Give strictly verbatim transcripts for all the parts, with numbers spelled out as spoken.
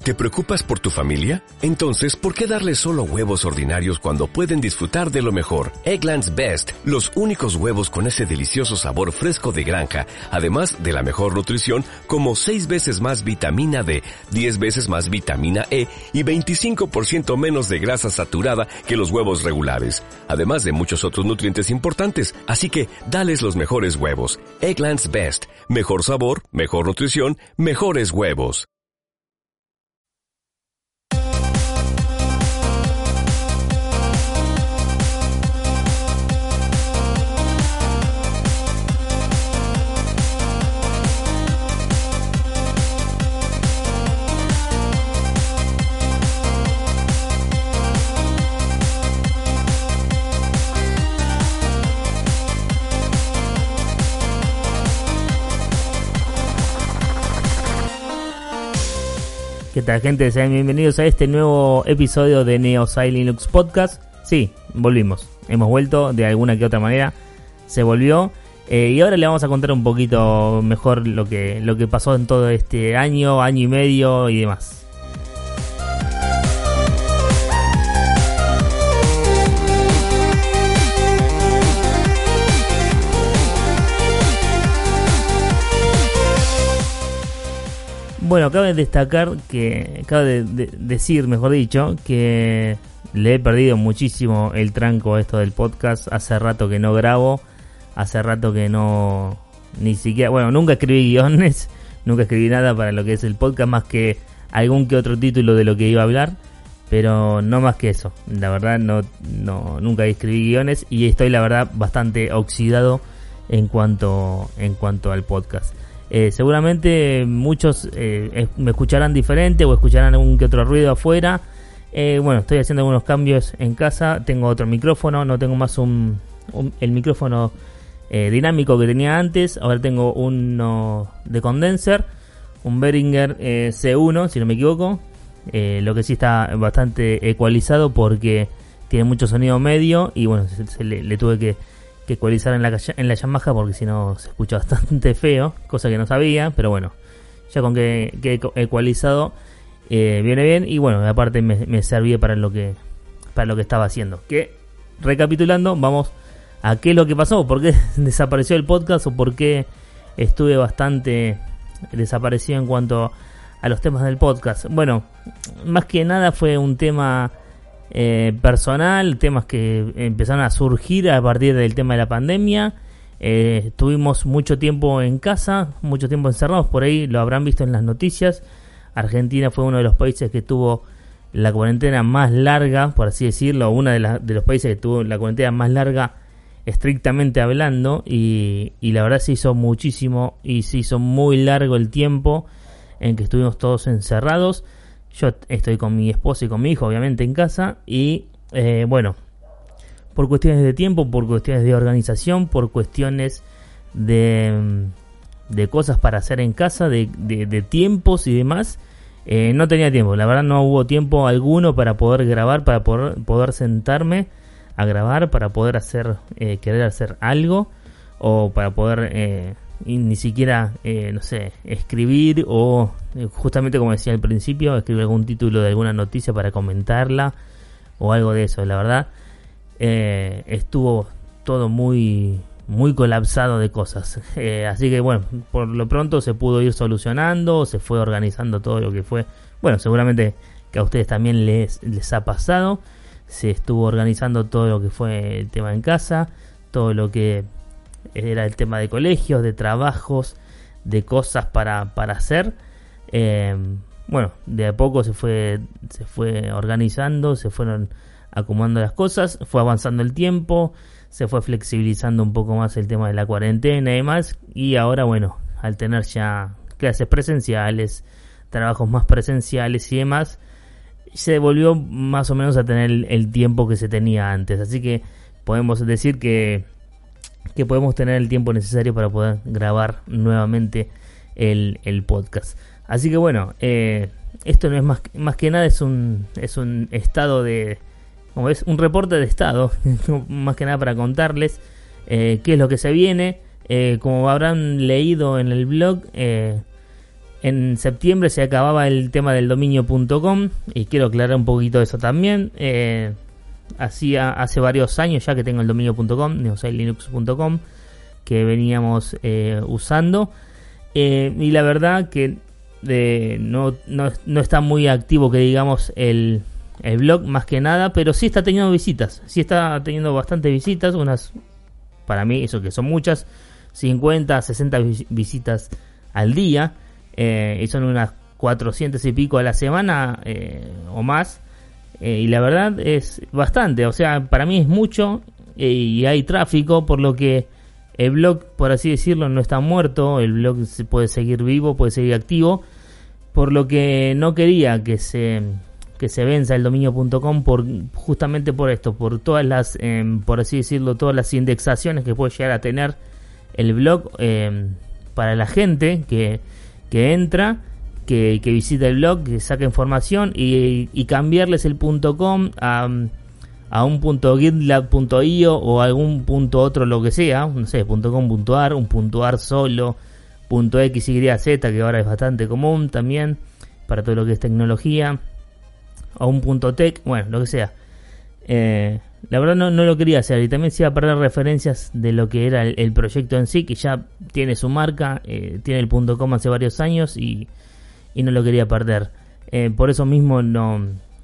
¿Te preocupas por tu familia? Entonces, ¿por qué darles solo huevos ordinarios cuando pueden disfrutar de lo mejor? Eggland's Best, los únicos huevos con ese delicioso sabor fresco de granja, además de la mejor nutrición, como seis veces más vitamina D, diez veces más vitamina E y veinticinco por ciento menos de grasa saturada que los huevos regulares, además de muchos otros nutrientes importantes. Así que, dales los mejores huevos. Eggland's Best, mejor sabor, mejor nutrición, mejores huevos. ¿Qué tal, gente? Sean bienvenidos a este nuevo episodio de Neosci Linux Podcast. Sí, volvimos. Hemos vuelto de alguna que otra manera. Se volvió. Eh, y ahora le vamos a contar un poquito mejor lo que, lo que pasó en todo este año, año y medio y demás. Bueno, cabe destacar que, cabe de, de, decir, mejor dicho, que le he perdido muchísimo el tranco a esto del podcast. Hace rato que no grabo, hace rato que no, ni siquiera, bueno, nunca escribí guiones, nunca escribí nada para lo que es el podcast, más que algún que otro título de lo que iba a hablar, pero no más que eso. La verdad, no, no, nunca escribí guiones y estoy, la verdad, bastante oxidado en cuanto, en cuanto al podcast. Eh, seguramente muchos eh, me escucharán diferente o escucharán algún que otro ruido afuera. Eh, bueno, estoy haciendo algunos cambios en casa. Tengo otro micrófono, no tengo más un, un el micrófono eh, dinámico que tenía antes. Ahora tengo uno de condenser, un Behringer eh, C uno, si no me equivoco. Eh, lo que sí está bastante ecualizado porque tiene mucho sonido medio y bueno, se, se le, le tuve que que ecualizar en la, en la Yamaha porque si no se escucha bastante feo, cosa que no sabía, pero bueno, ya con que, que ecualizado eh, viene bien y bueno, aparte me, me servía para lo que para lo que estaba haciendo. Que recapitulando, vamos a qué es lo que pasó, por qué desapareció el podcast o por qué estuve bastante desaparecido en cuanto a los temas del podcast. Bueno, más que nada fue un tema Eh, personal, temas que empezaron a surgir a partir del tema de la pandemia. Eh, tuvimos mucho tiempo en casa, mucho tiempo encerrados, por ahí lo habrán visto en las noticias. Argentina fue uno de los países que tuvo la cuarentena más larga, por así decirlo, uno de, la, de los países que tuvo la cuarentena más larga estrictamente hablando, y, y la verdad se hizo muchísimo y se hizo muy largo el tiempo en que estuvimos todos encerrados. Yo estoy con mi esposa y con mi hijo, obviamente, en casa. Y, eh, bueno, por cuestiones de tiempo, por cuestiones de organización, por cuestiones de, de cosas para hacer en casa, de, de, de tiempos y demás, eh, no tenía tiempo. La verdad no hubo tiempo alguno para poder grabar, para poder, poder sentarme a grabar, para poder hacer, eh, querer hacer algo, o para poder... Eh, y ni siquiera, eh, no sé, escribir o, eh, justamente como decía al principio, escribir algún título de alguna noticia para comentarla o algo de eso. La verdad, eh, estuvo todo muy muy colapsado de cosas. Eh, así que bueno, por lo pronto se pudo ir solucionando, se fue organizando todo lo que fue. Bueno, seguramente que a ustedes también les, les ha pasado. Se estuvo organizando todo lo que fue el tema en casa, todo lo que era el tema de colegios, de trabajos, de cosas para, para hacer. Eh, bueno, de a poco se fue, se fue organizando, se fueron acomodando las cosas, fue avanzando el tiempo, se fue flexibilizando un poco más el tema de la cuarentena y demás. Y ahora, bueno, al tener ya clases presenciales, trabajos más presenciales y demás, se volvió más o menos a tener el, el tiempo que se tenía antes. Así que podemos decir que que podemos tener el tiempo necesario para poder grabar nuevamente el, el podcast. Así que bueno, eh, esto no es más, más que nada, es un es un estado de, como ves, un reporte de estado, más que nada para contarles eh, qué es lo que se viene. Eh, como habrán leído en el blog, eh, En septiembre se acababa el tema del dominio punto com y quiero aclarar un poquito eso también. Eh, hacía hace varios años ya que tengo el dominio punto com, neosailinux punto com, que veníamos eh, usando. Eh, y la verdad que eh, no, no, no está muy activo, que digamos, el, el blog más que nada, pero sí está teniendo visitas. Sí está teniendo bastantes visitas, unas, para mí, eso que son muchas, cincuenta, sesenta visitas al día. Eh, y son unas cuatrocientos y pico a la semana eh, o más, eh, y la verdad es bastante, o sea, para mí es mucho, eh, y hay tráfico, por lo que el blog, por así decirlo, no está muerto. El blog se puede seguir vivo, puede seguir activo, por lo que no quería que se que se venza el dominio punto com, por justamente por esto, por todas las, eh, por así decirlo, todas las indexaciones que puede llegar a tener el blog eh, para la gente que que entra, que, que visita el blog, que saca información, y, y cambiarles el .com a, a un .gitlab punto io o algún punto otro, lo que sea, no sé, .com.ar, un .ar solo, .xyz, que ahora es bastante común también para todo lo que es tecnología, o un .tech, bueno, lo que sea. Eh, la verdad no, no lo quería hacer, y también se iba a perder referencias de lo que era el, el proyecto en sí, que ya tiene su marca, eh, tiene el .com hace varios años, y, y no lo quería perder. Eh, por eso mismo no,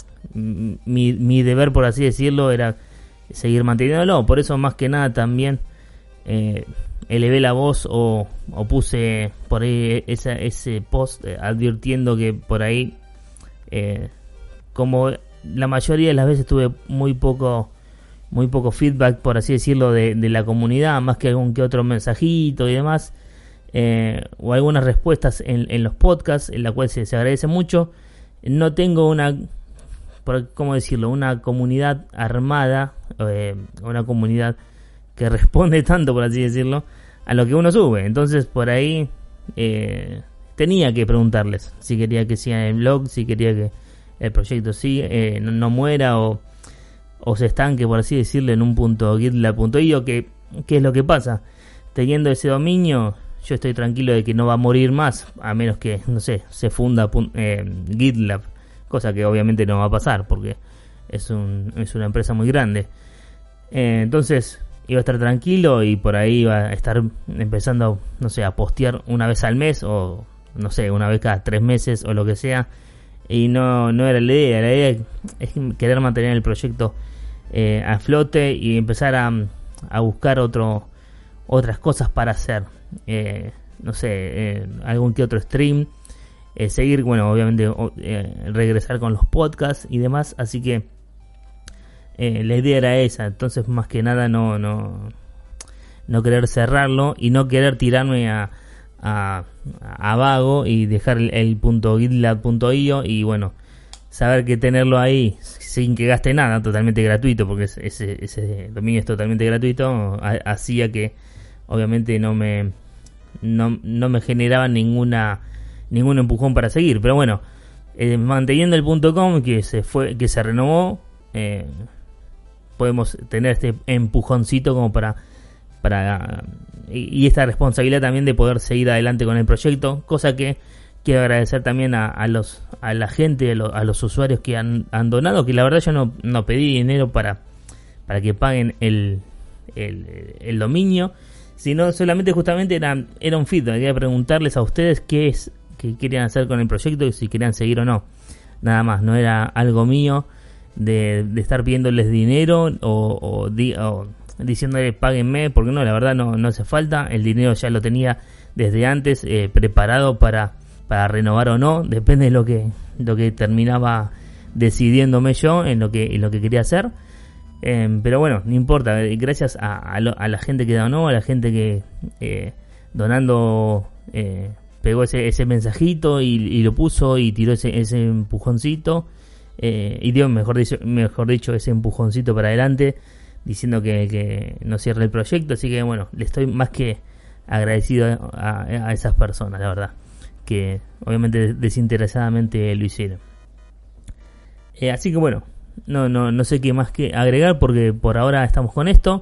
mi, mi deber, por así decirlo, era seguir manteniéndolo. Por eso más que nada también eh, elevé la voz o, o puse por ahí esa, ese post eh, advirtiendo que por ahí, eh, como la mayoría de las veces tuve muy poco muy poco feedback, por así decirlo, de, de la comunidad, más que algún que otro mensajito y demás, eh, o algunas respuestas en, en los podcasts, en la cual se, se agradece mucho. No tengo una, por, ¿cómo decirlo?, una comunidad armada, eh, una comunidad que responde tanto, por así decirlo, a lo que uno sube. Entonces por ahí eh, tenía que preguntarles si quería que sigan el blog, si quería que el proyecto sí, eh, no, no muera o, o se estanque, por así decirlo, en un punto gitlab punto io. que, que es lo que pasa, teniendo ese dominio yo estoy tranquilo de que no va a morir más, a menos que, no sé, se funda eh, GitLab, cosa que obviamente no va a pasar porque es, un, es una empresa muy grande. Eh, entonces iba a estar tranquilo y por ahí iba a estar empezando, no sé, a postear una vez al mes o, no sé, una vez cada tres meses o lo que sea. Y no, no era la idea, la idea es querer mantener el proyecto eh, a flote y empezar a, a buscar otro otras cosas para hacer. Eh, no sé, eh, algún que otro stream, eh, seguir, bueno, obviamente eh, regresar con los podcasts y demás. Así que eh, la idea era esa. Entonces, más que nada, no, no, no querer cerrarlo y no querer tirarme a A, a vago y dejar el, el .gitlab punto io y bueno, saber que tenerlo ahí sin que gaste nada, totalmente gratuito, porque ese, ese dominio es totalmente gratuito, hacía que obviamente no me no, no me generaba ninguna ningún empujón para seguir. Pero bueno, eh, manteniendo el .com que se fue, que se renovó, eh, podemos tener este empujoncito como para para y esta responsabilidad también de poder seguir adelante con el proyecto, cosa que quiero agradecer también a, a los a la gente, a, lo, a los usuarios que han, han donado, que la verdad yo no, no pedí dinero para para que paguen el, el, el dominio, sino solamente justamente era, era un feedback, quería preguntarles a ustedes qué es que querían hacer con el proyecto y si querían seguir o no, nada más. No era algo mío de, de estar pidiéndoles dinero o, o, di, o diciéndole páguenme, porque no, la verdad no, no hace falta. El dinero ya lo tenía desde antes eh, preparado para, para renovar o no, depende de lo que, lo que terminaba decidiéndome yo en lo que, en lo que quería hacer. Eh, pero bueno, no importa, gracias a, a, lo, a la gente que donó, a la gente que eh, donando eh, pegó ese, ese mensajito y, y lo puso y tiró ese, ese empujoncito, eh, y dio, mejor dicho, mejor dicho, ese empujoncito para adelante, diciendo que, que no cierre el proyecto. Así que bueno, le estoy más que agradecido a, a esas personas, la verdad, que obviamente desinteresadamente lo hicieron. Eh, así que bueno, no, no, no sé qué más que agregar, porque por ahora estamos con esto.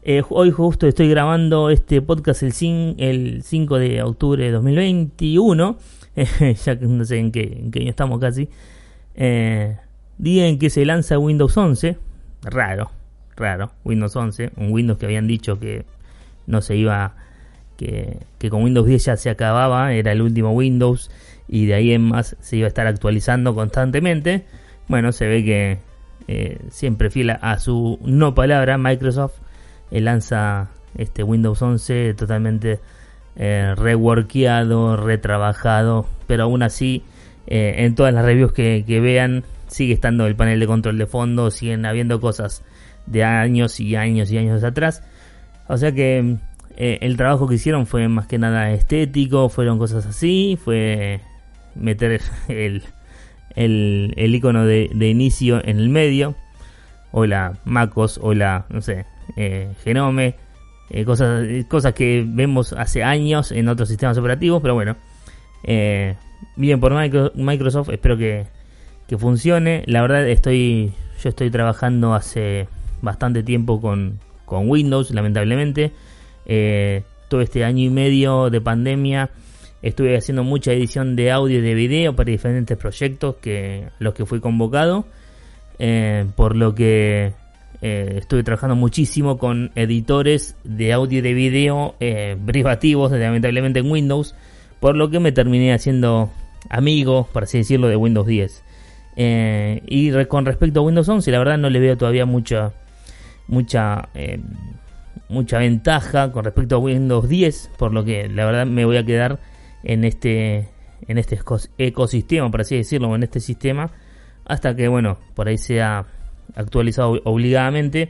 Eh, hoy justo estoy grabando este podcast el, cin- el cinco de octubre de dos mil veintiuno, eh, ya que no sé en qué, en qué año estamos casi, eh, día en que se lanza Windows once, raro, raro, Windows once, un Windows que habían dicho que no se iba, que, que con Windows diez ya se acababa, era el último Windows y de ahí en más se iba a estar actualizando constantemente. Bueno, se ve que eh, siempre fiel a su no palabra, Microsoft eh, lanza este Windows once totalmente eh, reworkeado, retrabajado, pero aún así eh, en todas las reviews que, que vean sigue estando el panel de control de fondo, siguen habiendo cosas de años y años y años atrás. O sea que eh, el trabajo que hicieron fue más que nada estético, fueron cosas así, fue meter el, el, el icono de, de inicio en el medio, o la MacOS, o la, no sé, eh, Genome, eh, cosas, cosas que vemos hace años en otros sistemas operativos, pero bueno, eh, bien por Microsoft, espero que, que funcione. La verdad estoy, yo estoy trabajando hace bastante tiempo con con Windows, lamentablemente. Eh, todo este año y medio de pandemia estuve haciendo mucha edición de audio y de video para diferentes proyectos que los que fui convocado, eh, por lo que eh, estuve trabajando muchísimo con editores de audio y de video eh, privativos, lamentablemente en Windows, por lo que me terminé haciendo amigo, por así decirlo, de Windows diez. Eh, y re- con respecto a Windows once, la verdad no le veo todavía mucha mucha eh, mucha ventaja con respecto a Windows diez, por lo que la verdad me voy a quedar en este en este ecosistema, por así decirlo, en este sistema, hasta que bueno, por ahí sea actualizado obligadamente,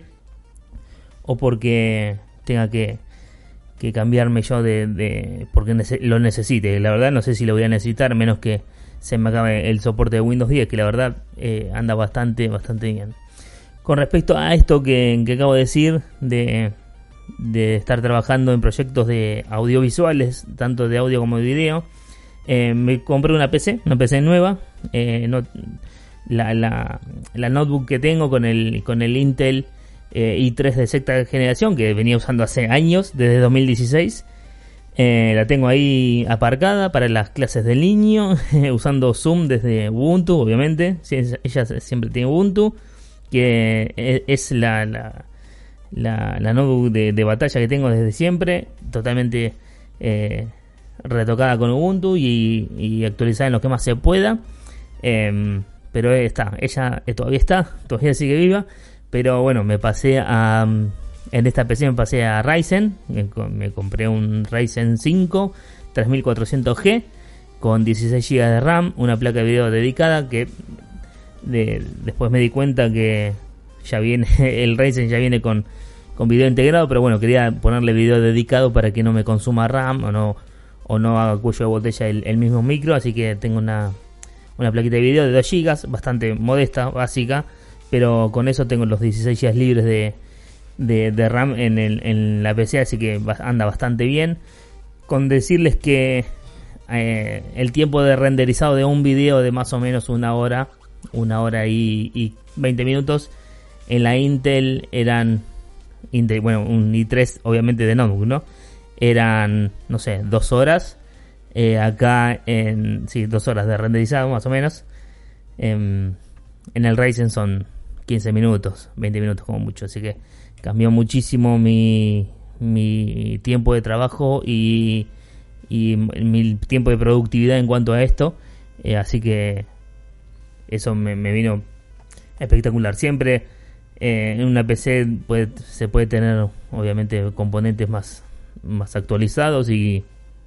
o porque tenga que, que cambiarme yo de, de porque nece- lo necesite. La verdad no sé si lo voy a necesitar, menos que se me acabe el soporte de Windows diez, que la verdad eh, anda bastante bastante bien. Con respecto a esto que, que acabo de decir, de, de estar trabajando en proyectos de audiovisuales, tanto de audio como de video, eh, me compré una P C, una P C nueva, eh, no, la, la, la notebook que tengo con el, con el Intel eh, i tres de sexta generación, que venía usando hace años, desde dos mil dieciséis, eh, la tengo ahí aparcada para las clases del niño, usando Zoom desde Ubuntu, obviamente, ella siempre tiene Ubuntu, que es la la, la, la notebook de, de batalla que tengo desde siempre, totalmente eh, retocada con Ubuntu y, y actualizada en lo que más se pueda, eh, pero está, ella todavía está, todavía sigue viva, pero bueno, me pasé a, en esta P C me pasé a Ryzen, me, me compré un Ryzen cinco tres mil cuatrocientos G con dieciséis gigas de RAM, una placa de video dedicada que De, después me di cuenta que ya viene el Ryzen ya viene con, con video integrado, pero bueno, quería ponerle video dedicado para que no me consuma RAM o no o no haga cuello de botella el, el mismo micro, así que tengo una, una plaquita de video de dos gigas, bastante modesta, básica, pero con eso tengo los dieciséis gigas libres de, de, de RAM en, el, en la P C, así que anda bastante bien. Con decirles que eh, el tiempo de renderizado de un video de más o menos una hora una hora y, y veinte minutos en la Intel eran Intel, bueno, un i tres obviamente de notebook, ¿no? Eran, no sé, dos horas, eh, acá en, sí, dos horas de renderizado más o menos, en, en el Ryzen son quince minutos, veinte minutos como mucho, así que cambió muchísimo mi, mi tiempo de trabajo y, y mi tiempo de productividad en cuanto a esto, eh, así que eso me, me vino espectacular. Siempre eh, en una P C puede, se puede tener obviamente componentes más, más actualizados y,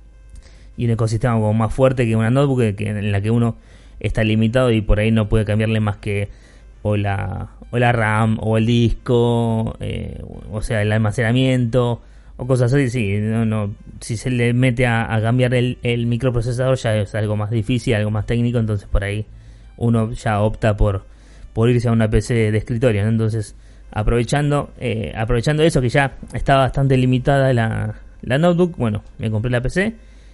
y un ecosistema como más fuerte que una notebook que, que en la que uno está limitado y por ahí no puede cambiarle más que o la, o la RAM o el disco, eh, o sea el almacenamiento o cosas así. Sí, no, no, si se le mete a, a cambiar el, el microprocesador ya es algo más difícil, algo más técnico, entonces por ahí uno ya opta por, por irse a una P C de escritorio, ¿no? Entonces aprovechando eh, aprovechando eso, que ya estaba bastante limitada la, la notebook, bueno, me compré la P C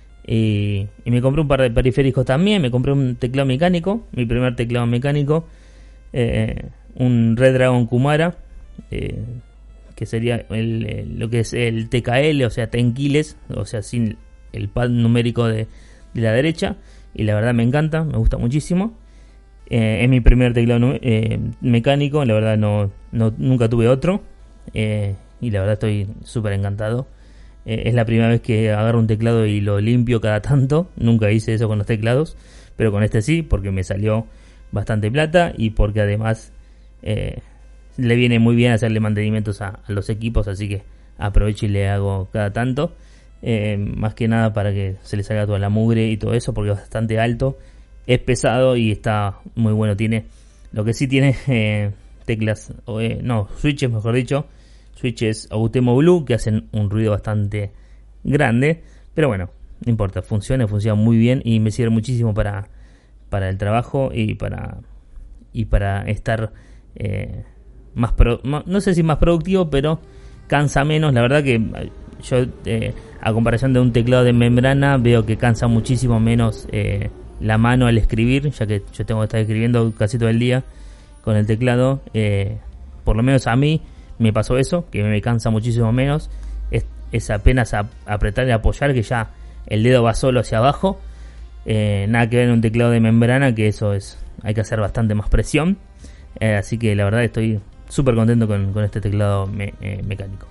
y, y me compré un par de periféricos también. Me compré un teclado mecánico, mi primer teclado mecánico, eh, un Red Dragon Kumara, eh, que sería el, el, lo que es el T K L, o sea, ten keys, o sea, sin el pad numérico de, de la derecha, y la verdad me encanta, me gusta muchísimo. Eh, es mi primer teclado eh, mecánico, la verdad no, no nunca tuve otro, eh, y la verdad estoy súper encantado. Eh, es la primera vez que agarro un teclado y lo limpio cada tanto, nunca hice eso con los teclados, pero con este sí, porque me salió bastante plata y porque además eh, le viene muy bien hacerle mantenimientos a, a los equipos, así que aprovecho y le hago cada tanto, eh, más que nada para que se le salga toda la mugre y todo eso, porque es bastante alto, es pesado y está muy bueno. Tiene, lo que sí tiene eh, teclas, eh, no, switches mejor dicho, switches Autemo Blue que hacen un ruido bastante grande, pero bueno, no importa, funciona, funciona muy bien y me sirve muchísimo para, para el trabajo y para y para estar eh, más pro, no sé si más productivo, pero cansa menos. La verdad que yo eh, a comparación de un teclado de membrana veo que cansa muchísimo menos eh, la mano al escribir, ya que yo tengo que estar escribiendo casi todo el día con el teclado. Eh, por lo menos a mí me pasó eso, que me cansa muchísimo menos. Es, es apenas a, apretar y apoyar que ya el dedo va solo hacia abajo. Eh, nada que ver en un teclado de membrana, que eso es, hay que hacer bastante más presión. Eh, así que la verdad estoy súper contento con, con este teclado me, eh, mecánico.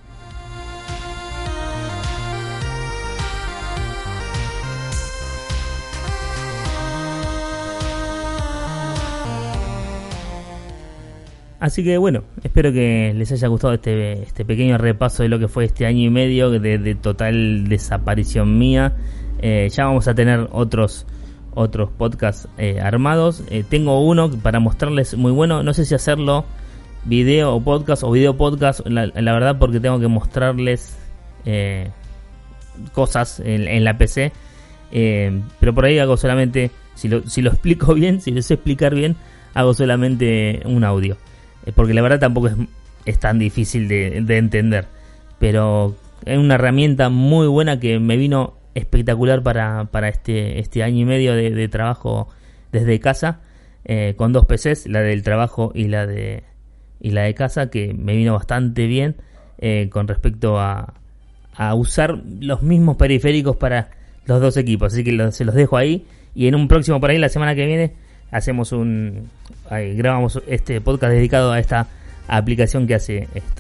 Así que bueno, espero que les haya gustado este, este pequeño repaso de lo que fue este año y medio de, de total desaparición mía. Eh, ya vamos a tener otros otros podcasts eh, armados. Eh, tengo uno para mostrarles muy bueno. No sé si hacerlo video o podcast o video podcast, la, la verdad, porque tengo que mostrarles eh, cosas en, en la P C. Eh, pero por ahí hago solamente, si lo, si lo explico bien, si lo sé explicar bien, hago solamente un audio. Eh, porque la verdad tampoco es, es tan difícil de, de entender. Pero es una herramienta muy buena que me vino espectacular para, para este, este año y medio de, de trabajo desde casa, eh, con dos P Cs, la del trabajo y la de y la de casa, que me vino bastante bien eh, con respecto a, a usar los mismos periféricos para los dos equipos. Así que lo, se los dejo ahí, y en un próximo, por ahí la semana que viene, hacemos un ahí, grabamos este podcast dedicado a esta aplicación que hace esto.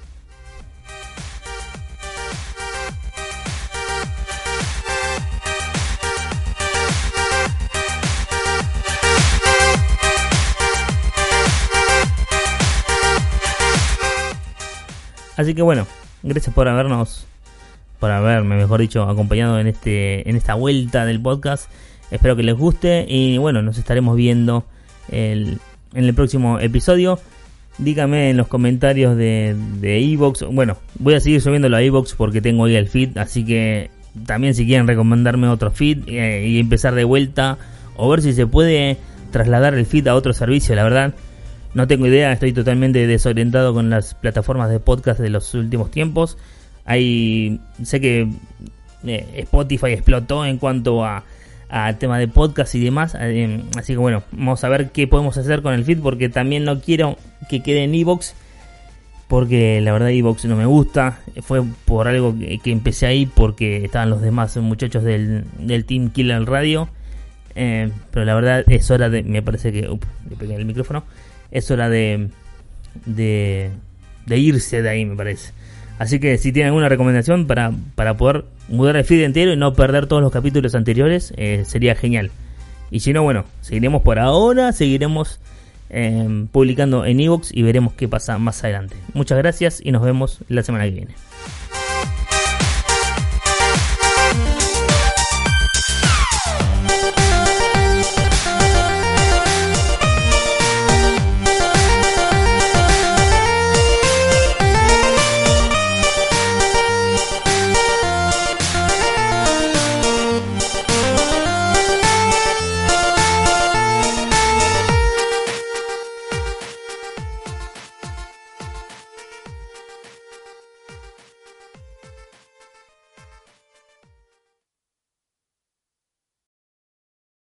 Así que bueno, gracias por habernos, por haberme, mejor dicho, acompañado en este, en esta vuelta del podcast. Espero que les guste y bueno, nos estaremos viendo el, en el próximo episodio. Díganme en los comentarios de de iVoox. Bueno, voy a seguir subiéndolo a iVoox porque tengo ahí el feed, así que también si quieren recomendarme otro feed eh, y empezar de vuelta, o ver si se puede trasladar el feed a otro servicio. La verdad no tengo idea, estoy totalmente desorientado con las plataformas de podcast de los últimos tiempos. Hay, sé que eh, Spotify explotó en cuanto a, a tema de podcast y demás, eh, así que bueno, vamos a ver qué podemos hacer con el feed, porque también no quiero que quede en iVoox, porque la verdad iVoox no me gusta. Fue por algo que, que empecé ahí, porque estaban los demás muchachos del, del Team Killer Radio, eh, pero la verdad es hora de, me parece que, up, le pegué el micrófono, es hora de, de de irse de ahí, me parece. Así que si tienen alguna recomendación para, para poder mudar el feed entero y no perder todos los capítulos anteriores, eh, sería genial. Y si no, bueno, seguiremos por ahora, seguiremos eh, publicando en iVoox y veremos qué pasa más adelante. Muchas gracias y nos vemos la semana que viene.